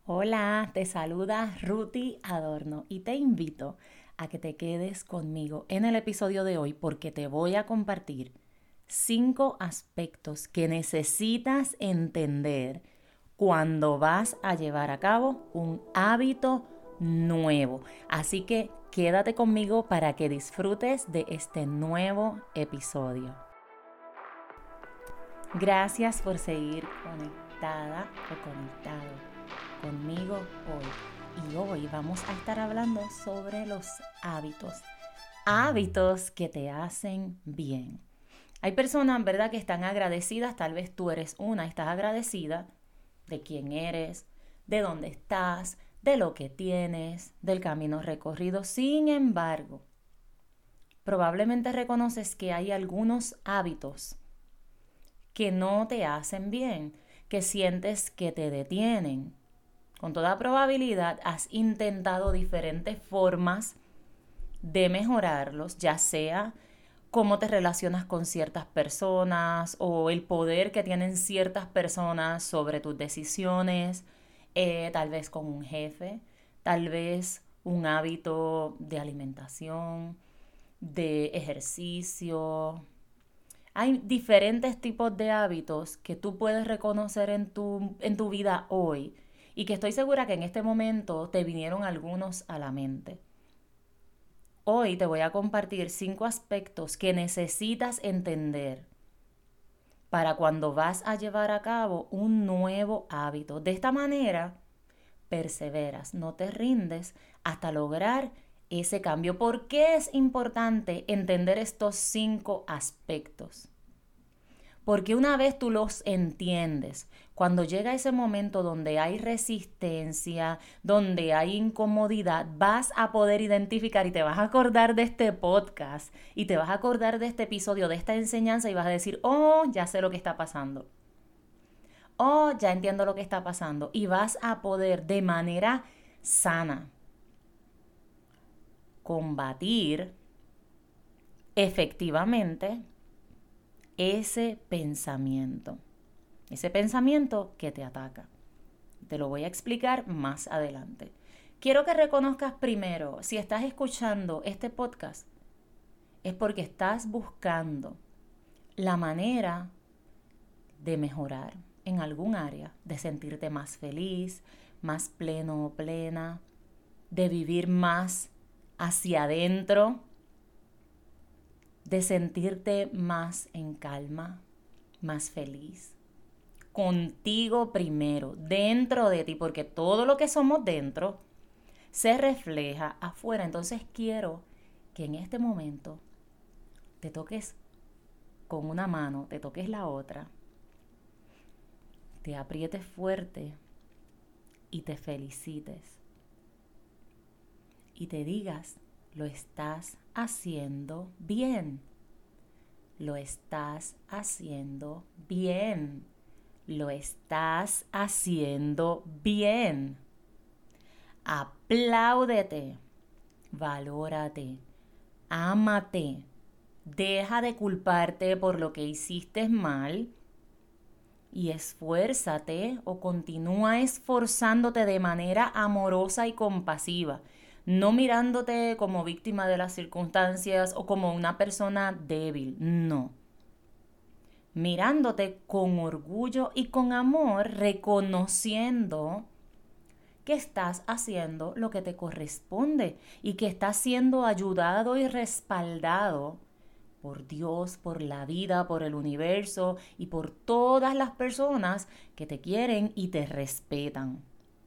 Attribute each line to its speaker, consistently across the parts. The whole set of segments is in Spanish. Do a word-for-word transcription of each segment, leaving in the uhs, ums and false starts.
Speaker 1: Hola, te saluda Ruti Adorno y te invito a que te quedes conmigo en el episodio de hoy porque te voy a compartir cinco aspectos que necesitas entender cuando vas a llevar a cabo un hábito nuevo. Así que quédate conmigo para que disfrutes de este nuevo episodio. Gracias por seguir conectada o conectado conmigo hoy. Y hoy vamos a estar hablando sobre los hábitos. Hábitos que te hacen bien. Hay personas, ¿verdad?, que están agradecidas. Tal vez tú eres una, estás agradecida de quién eres, de dónde estás, de lo que tienes, del camino recorrido. Sin embargo, probablemente reconoces que hay algunos hábitos que no te hacen bien, que sientes que te detienen. Con toda probabilidad has intentado diferentes formas de mejorarlos, ya sea cómo te relacionas con ciertas personas o el poder que tienen ciertas personas sobre tus decisiones, eh, tal vez con un jefe, tal vez un hábito de alimentación, de ejercicio. Hay diferentes tipos de hábitos que tú puedes reconocer en tu, en tu vida hoy y que estoy segura que en este momento te vinieron algunos a la mente. Hoy te voy a compartir cinco aspectos que necesitas entender para cuando vas a llevar a cabo un nuevo hábito. De esta manera, perseveras, no te rindes hasta lograr ese cambio. ¿Por qué es importante entender estos cinco aspectos? Porque una vez tú los entiendes, cuando llega ese momento donde hay resistencia, donde hay incomodidad, vas a poder identificar y te vas a acordar de este podcast y te vas a acordar de este episodio, de esta enseñanza y vas a decir, oh, ya sé lo que está pasando. Oh, ya entiendo lo que está pasando. Y vas a poder de manera sana combatir efectivamente ese pensamiento, ese pensamiento que te ataca. Te lo voy a explicar más adelante. Quiero que reconozcas primero, si estás escuchando este podcast, es porque estás buscando la manera de mejorar en algún área, de sentirte más feliz, más pleno o plena, de vivir más hacia adentro, de sentirte más en calma, más feliz, contigo primero, dentro de ti, porque todo lo que somos dentro se refleja afuera. Entonces quiero que en este momento te toques con una mano, te toques la otra, te aprietes fuerte y te felicites y te digas, lo estás haciendo bien. Lo estás haciendo bien. Lo estás haciendo bien. Apláudete. Valórate. Ámate. Deja de culparte por lo que hiciste mal y esfuérzate o continúa esforzándote de manera amorosa y compasiva. No mirándote como víctima de las circunstancias o como una persona débil, no. Mirándote con orgullo y con amor, reconociendo que estás haciendo lo que te corresponde y que estás siendo ayudado y respaldado por Dios, por la vida, por el universo y por todas las personas que te quieren y te respetan.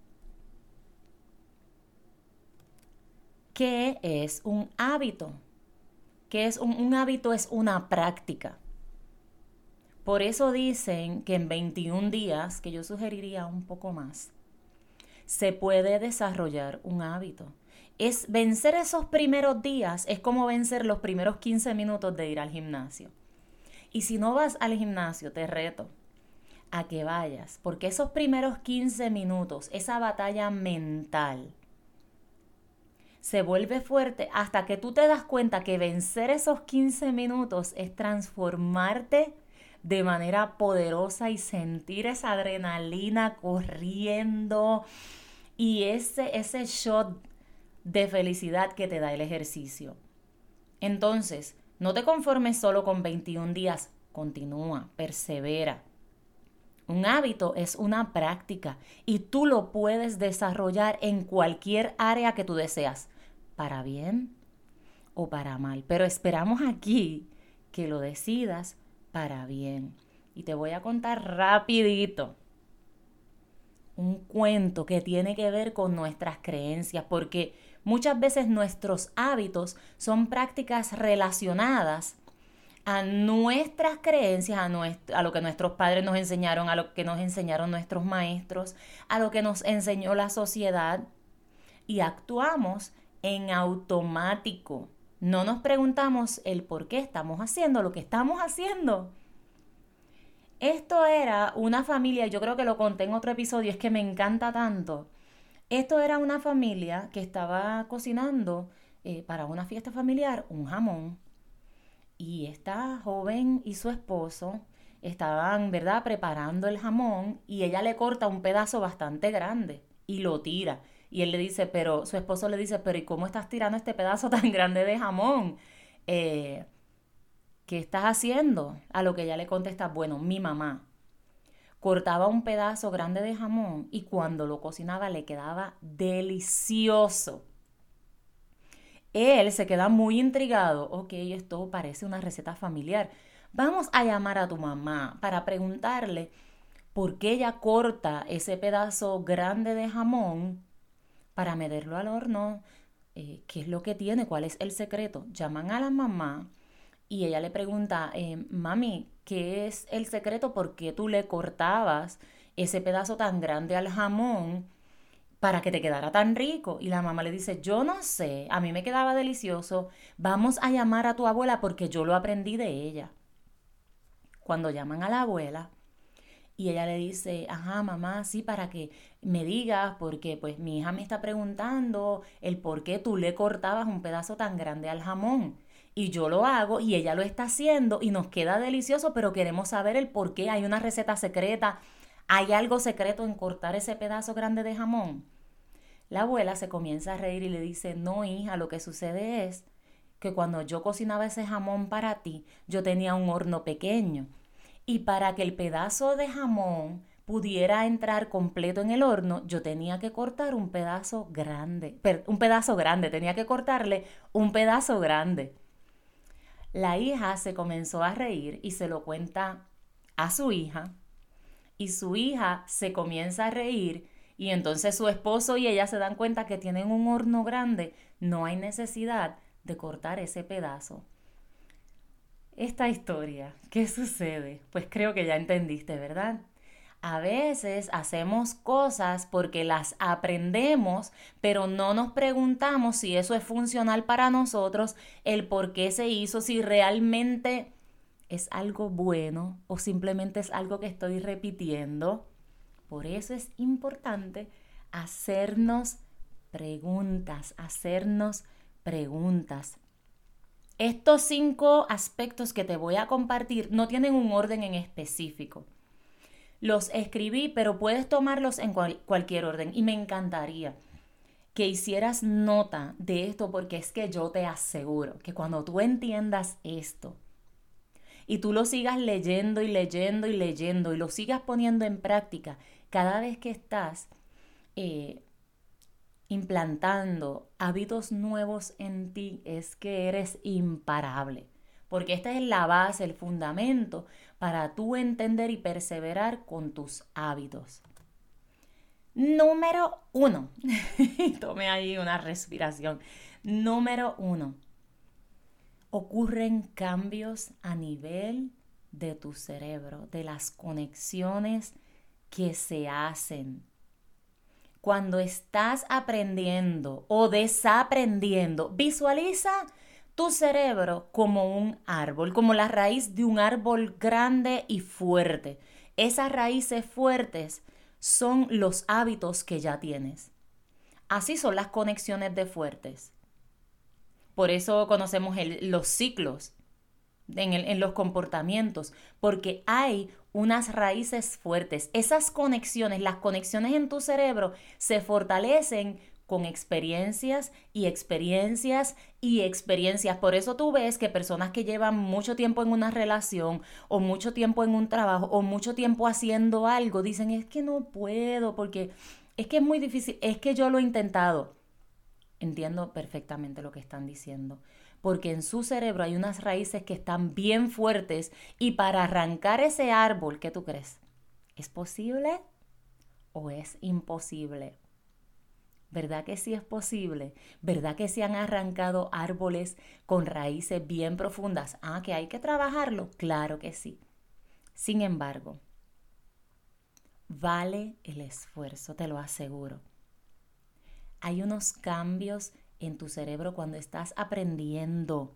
Speaker 1: ¿Qué es un hábito? ¿Qué es un, un hábito? Es una práctica. Por eso dicen que en veintiún días, que yo sugeriría un poco más, se puede desarrollar un hábito. Es vencer esos primeros días, es como vencer los primeros quince minutos de ir al gimnasio. Y si no vas al gimnasio, te reto a que vayas, porque esos primeros quince minutos, esa batalla mental, se vuelve fuerte hasta que tú te das cuenta que vencer esos quince minutos es transformarte de manera poderosa y sentir esa adrenalina corriendo y ese, ese shot de felicidad que te da el ejercicio. Entonces, no te conformes solo con veintiún días, continúa, persevera. Un hábito es una práctica y tú lo puedes desarrollar en cualquier área que tú deseas, para bien o para mal. Pero esperamos aquí que lo decidas para bien. Y te voy a contar rapidito un cuento que tiene que ver con nuestras creencias, porque muchas veces nuestros hábitos son prácticas relacionadas a nuestras creencias, a, nuestro, a lo que nuestros padres nos enseñaron, a lo que nos enseñaron nuestros maestros, a lo que nos enseñó la sociedad, y actuamos en automático. No nos preguntamos el por qué estamos haciendo lo que estamos haciendo. Esto era una familia, yo creo que lo conté en otro episodio, es que me encanta tanto. Esto era una familia que estaba cocinando eh, para una fiesta familiar un jamón. Y esta joven y su esposo estaban, ¿verdad?, preparando el jamón y ella le corta un pedazo bastante grande y lo tira. Y él le dice, pero, su esposo le dice, pero ¿y cómo estás tirando este pedazo tan grande de jamón? Eh, ¿Qué estás haciendo? A lo que ella le contesta, bueno, mi mamá cortaba un pedazo grande de jamón y cuando lo cocinaba le quedaba delicioso. Él se queda muy intrigado. Ok, esto parece una receta familiar. Vamos a llamar a tu mamá para preguntarle por qué ella corta ese pedazo grande de jamón para meterlo al horno. Eh, ¿Qué es lo que tiene? ¿Cuál es el secreto? Llaman a la mamá y ella le pregunta, eh, mami, ¿qué es el secreto? ¿Por qué tú le cortabas ese pedazo tan grande al jamón para que te quedara tan rico? Y la mamá le dice, yo no sé, a mí me quedaba delicioso, vamos a llamar a tu abuela porque yo lo aprendí de ella. Cuando llaman a la abuela y ella le dice, ajá, mamá, sí, para que me digas, porque pues mi hija me está preguntando el por qué tú le cortabas un pedazo tan grande al jamón. Y yo lo hago y ella lo está haciendo y nos queda delicioso, pero queremos saber el por qué. Hay una receta secreta. ¿Hay algo secreto en cortar ese pedazo grande de jamón? La abuela se comienza a reír y le dice, no, hija, lo que sucede es que cuando yo cocinaba ese jamón para ti, yo tenía un horno pequeño. Y para que el pedazo de jamón pudiera entrar completo en el horno, yo tenía que cortar un pedazo grande. Per- un pedazo grande, tenía que cortarle un pedazo grande. La hija se comenzó a reír y se lo cuenta a su hija. Y su hija se comienza a reír y entonces su esposo y ella se dan cuenta que tienen un horno grande, no hay necesidad de cortar ese pedazo. Esta historia, ¿qué sucede? Pues creo que ya entendiste, ¿verdad? A veces hacemos cosas porque las aprendemos, pero no nos preguntamos si eso es funcional para nosotros, el por qué se hizo, si realmente es algo bueno o simplemente es algo que estoy repitiendo. Por eso es importante hacernos preguntas, hacernos preguntas. Estos cinco aspectos que te voy a compartir no tienen un orden en específico. Los escribí, pero puedes tomarlos en cual, cualquier orden y me encantaría que hicieras nota de esto porque es que yo te aseguro que cuando tú entiendas esto, y tú lo sigas leyendo y leyendo y leyendo y lo sigas poniendo en práctica cada vez que estás eh, implantando hábitos nuevos en ti, es que eres imparable. Porque esta es la base, el fundamento para tú entender y perseverar con tus hábitos. Número uno. Tome ahí una respiración. Número uno. Ocurren cambios a nivel de tu cerebro, de las conexiones que se hacen. Cuando estás aprendiendo o desaprendiendo, visualiza tu cerebro como un árbol, como la raíz de un árbol grande y fuerte. Esas raíces fuertes son los hábitos que ya tienes. Así son las conexiones de fuertes. Por eso conocemos el, los ciclos en, el, en los comportamientos, porque hay unas raíces fuertes. Esas conexiones, las conexiones en tu cerebro se fortalecen con experiencias y experiencias y experiencias. Por eso tú ves que personas que llevan mucho tiempo en una relación o mucho tiempo en un trabajo o mucho tiempo haciendo algo, dicen, es que no puedo porque es que es muy difícil, es que yo lo he intentado. Entiendo perfectamente lo que están diciendo, porque en su cerebro hay unas raíces que están bien fuertes y para arrancar ese árbol, ¿qué tú crees? ¿Es posible o es imposible? ¿Verdad que sí es posible? ¿Verdad que se han arrancado árboles con raíces bien profundas? Ah, que hay que trabajarlo. Claro que sí. Sin embargo, vale el esfuerzo, te lo aseguro. Hay unos cambios en tu cerebro cuando estás aprendiendo.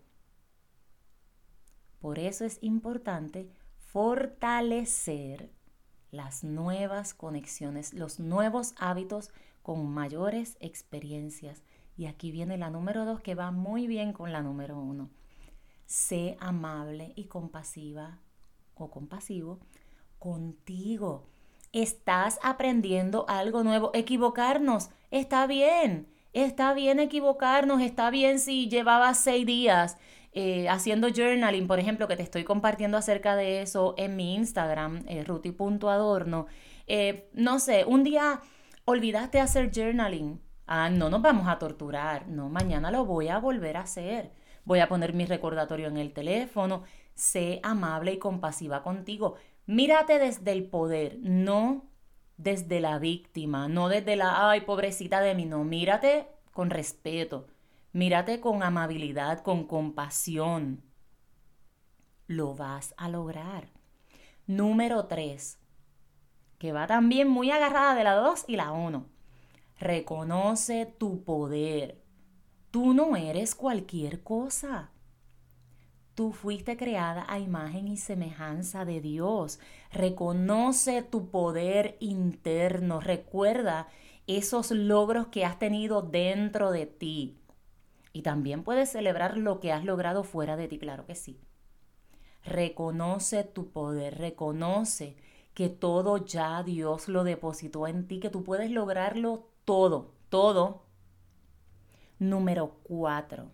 Speaker 1: Por eso es importante fortalecer las nuevas conexiones, los nuevos hábitos con mayores experiencias. Y aquí viene la número dos que va muy bien con la número uno. Sé amable y compasiva o compasivo contigo. Estás aprendiendo algo nuevo. Equivocarnos está bien. Está bien equivocarnos. Está bien si llevabas seis días eh, haciendo journaling, por ejemplo, que te estoy compartiendo acerca de eso en mi Instagram, eh, ruti punto adorno. Eh, no sé, un día olvidaste hacer journaling. Ah, no nos vamos a torturar. No, mañana lo voy a volver a hacer. Voy a poner mi recordatorio en el teléfono. Sé amable y compasiva contigo. Mírate desde el poder, no desde la víctima, no desde la, ay, pobrecita de mí, no. Mírate con respeto. Mírate con amabilidad, con compasión. Lo vas a lograr. Número tres, que va también muy agarrada de la dos y la uno. Reconoce tu poder. Tú no eres cualquier cosa. Tú fuiste creada a imagen y semejanza de Dios. Reconoce tu poder interno. Recuerda esos logros que has tenido dentro de ti. Y también puedes celebrar lo que has logrado fuera de ti, claro que sí. Reconoce tu poder. Reconoce que todo ya Dios lo depositó en ti, que tú puedes lograrlo todo, todo. Número cuatro.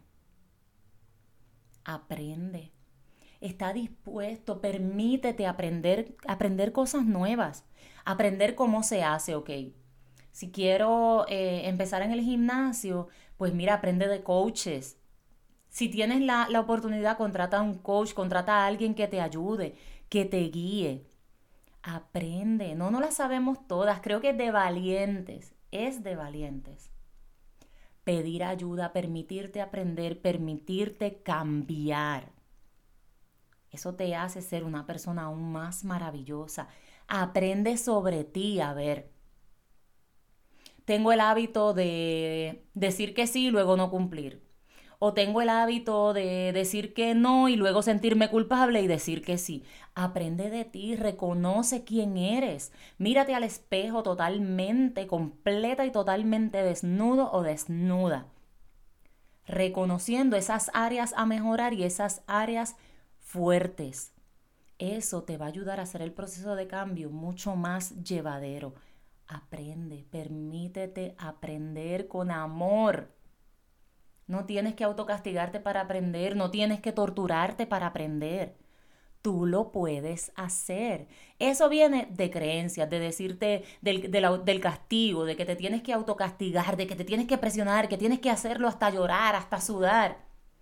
Speaker 1: Aprende. Está dispuesto, permítete aprender, aprender cosas nuevas. Aprender cómo se hace, ok. Si quiero eh, empezar en el gimnasio, pues mira, aprende de coaches. Si tienes la, la oportunidad, contrata a un coach, contrata a alguien que te ayude, que te guíe. Aprende. No, no las sabemos todas. Creo que es de valientes. Es de valientes. Pedir ayuda, permitirte aprender, permitirte cambiar. Eso te hace ser una persona aún más maravillosa. Aprende sobre ti, a ver. Tengo el hábito de decir que sí y luego no cumplir. O tengo el hábito de decir que no y luego sentirme culpable y decir que sí. Aprende de ti, reconoce quién eres. Mírate al espejo totalmente, completa y totalmente desnudo o desnuda. Reconociendo esas áreas a mejorar y esas áreas fuertes. Eso te va a ayudar a hacer el proceso de cambio mucho más llevadero. Aprende, permítete aprender con amor. No tienes que autocastigarte para aprender, no tienes que torturarte para aprender. Tú lo puedes hacer. Eso viene de creencias, de decirte del, de la, del castigo, de que te tienes que autocastigar, de que te tienes que presionar, que tienes que hacerlo hasta llorar, hasta sudar.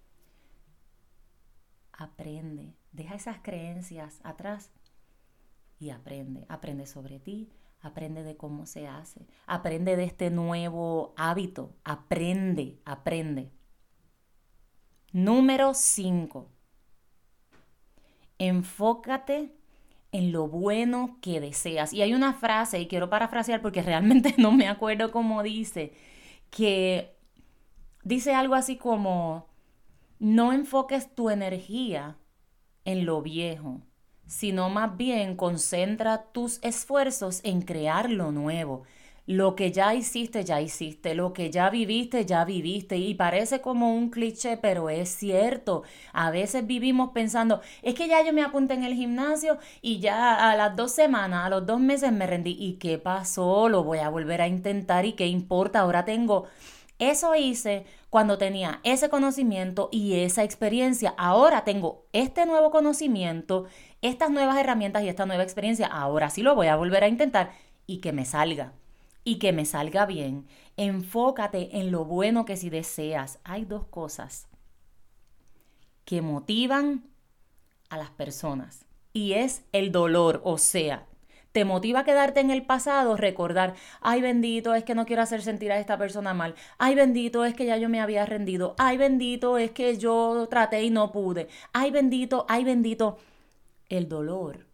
Speaker 1: Aprende, deja esas creencias atrás y aprende. Aprende sobre ti, aprende de cómo se hace, aprende de este nuevo hábito, aprende, aprende. Número cinco. Enfócate en lo bueno que deseas. Y hay una frase, y quiero parafrasear porque realmente no me acuerdo cómo dice, que dice algo así como, no enfoques tu energía en lo viejo, sino más bien concentra tus esfuerzos en crear lo nuevo. Lo que ya hiciste, ya hiciste. Lo que ya viviste, ya viviste. Y parece como un cliché, pero es cierto. A veces vivimos pensando, es que ya yo me apunté en el gimnasio y ya a las dos semanas, a los dos meses me rendí. ¿Y qué pasó? Lo voy a volver a intentar y qué importa. Ahora tengo... Eso hice cuando tenía ese conocimiento y esa experiencia. Ahora tengo este nuevo conocimiento, estas nuevas herramientas y esta nueva experiencia. Ahora sí lo voy a volver a intentar y que me salga. Y que me salga bien. Enfócate en lo bueno que si deseas. Hay dos cosas que motivan a las personas y es el dolor, o sea, te motiva a quedarte en el pasado, recordar, ay bendito, es que no quiero hacer sentir a esta persona mal, ay bendito, es que ya yo me había rendido, ay bendito, es que yo traté y no pude, ay bendito, ay bendito, el dolor.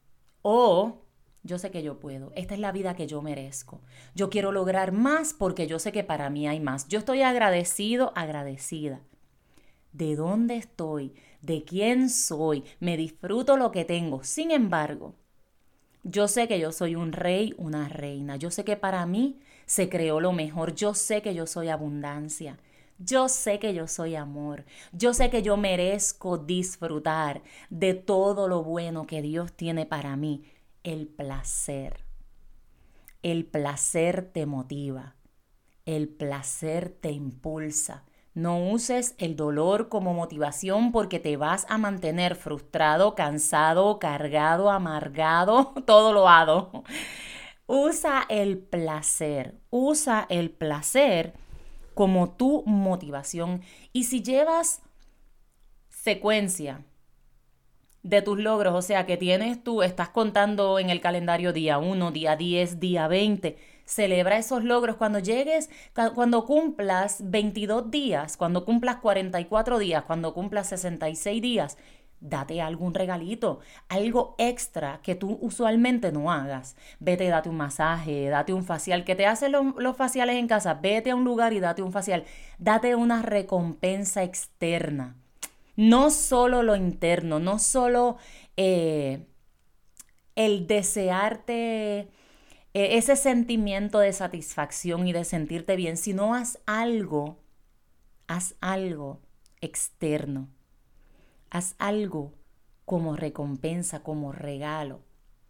Speaker 1: O yo sé que yo puedo, esta es la vida que yo merezco. Yo quiero lograr más porque yo sé que para mí hay más. Yo estoy agradecido, agradecida. ¿De dónde estoy? ¿De quién soy? Me disfruto lo que tengo. Sin embargo, yo sé que yo soy un rey, una reina. Yo sé que para mí se creó lo mejor. Yo sé que yo soy abundancia. Yo sé que yo soy amor. Yo sé que yo merezco disfrutar de todo lo bueno que Dios tiene para mí. El placer. El placer te motiva. El placer te impulsa. No uses el dolor como motivación porque te vas a mantener frustrado, cansado, cargado, amargado, todo lo hado. Usa el placer. Usa el placer como tu motivación. Y si llevas secuencia de tus logros, o sea que tienes tú, estás contando en el calendario día uno, día diez, día veinte, celebra esos logros cuando llegues, cuando cumplas veintidós días, cuando cumplas cuarenta y cuatro días, cuando cumplas sesenta y seis días, date algún regalito, algo extra que tú usualmente no hagas. Vete, date un masaje, date un facial, que te hacen los, los faciales en casa, vete a un lugar y date un facial, date una recompensa externa. No solo lo interno, no solo eh, el desearte eh, ese sentimiento de satisfacción y de sentirte bien, sino haz algo, haz algo externo, haz algo como recompensa, como regalo,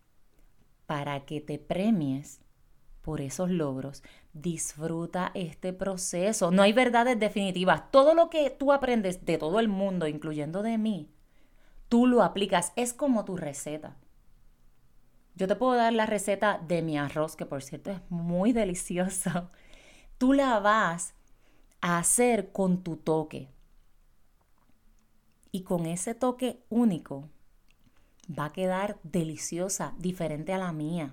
Speaker 1: para que te premies por esos logros. Disfruta este proceso. No hay verdades definitivas. Todo lo que tú aprendes de todo el mundo, incluyendo de mí, tú lo aplicas. Es como tu receta. Yo te puedo dar la receta de mi arroz, que por cierto es muy delicioso. Tú la vas a hacer con tu toque. Y con ese toque único va a quedar deliciosa, diferente a la mía.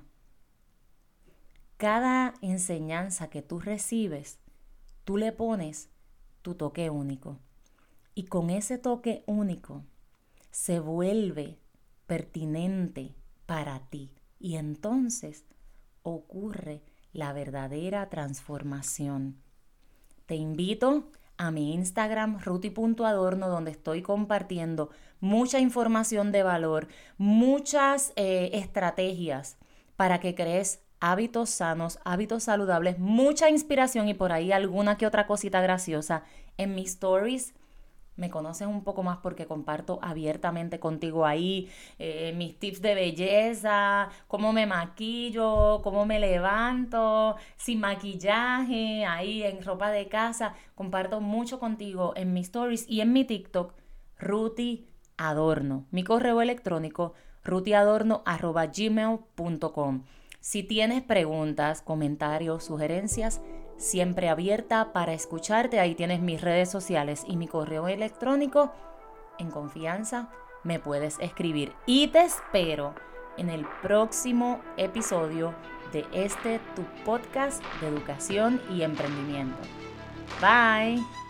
Speaker 1: Cada enseñanza que tú recibes, tú le pones tu toque único. Y con ese toque único se vuelve pertinente para ti. Y entonces ocurre la verdadera transformación. Te invito a mi Instagram, ruti punto adorno, donde estoy compartiendo mucha información de valor, muchas eh, estrategias para que crees hábitos sanos, hábitos saludables, mucha inspiración y por ahí alguna que otra cosita graciosa. En mis stories me conoces un poco más porque comparto abiertamente contigo ahí eh, mis tips de belleza, cómo me maquillo, cómo me levanto, sin maquillaje, ahí en ropa de casa. Comparto mucho contigo en mis stories y en mi TikTok, Ruti Adorno. Mi correo electrónico, rutiadorno arroba gmail punto com. Si tienes preguntas, comentarios, sugerencias, siempre abierta para escucharte. Ahí tienes mis redes sociales y mi correo electrónico. En confianza me puedes escribir. Y te espero en el próximo episodio de este tu podcast de educación y emprendimiento. Bye.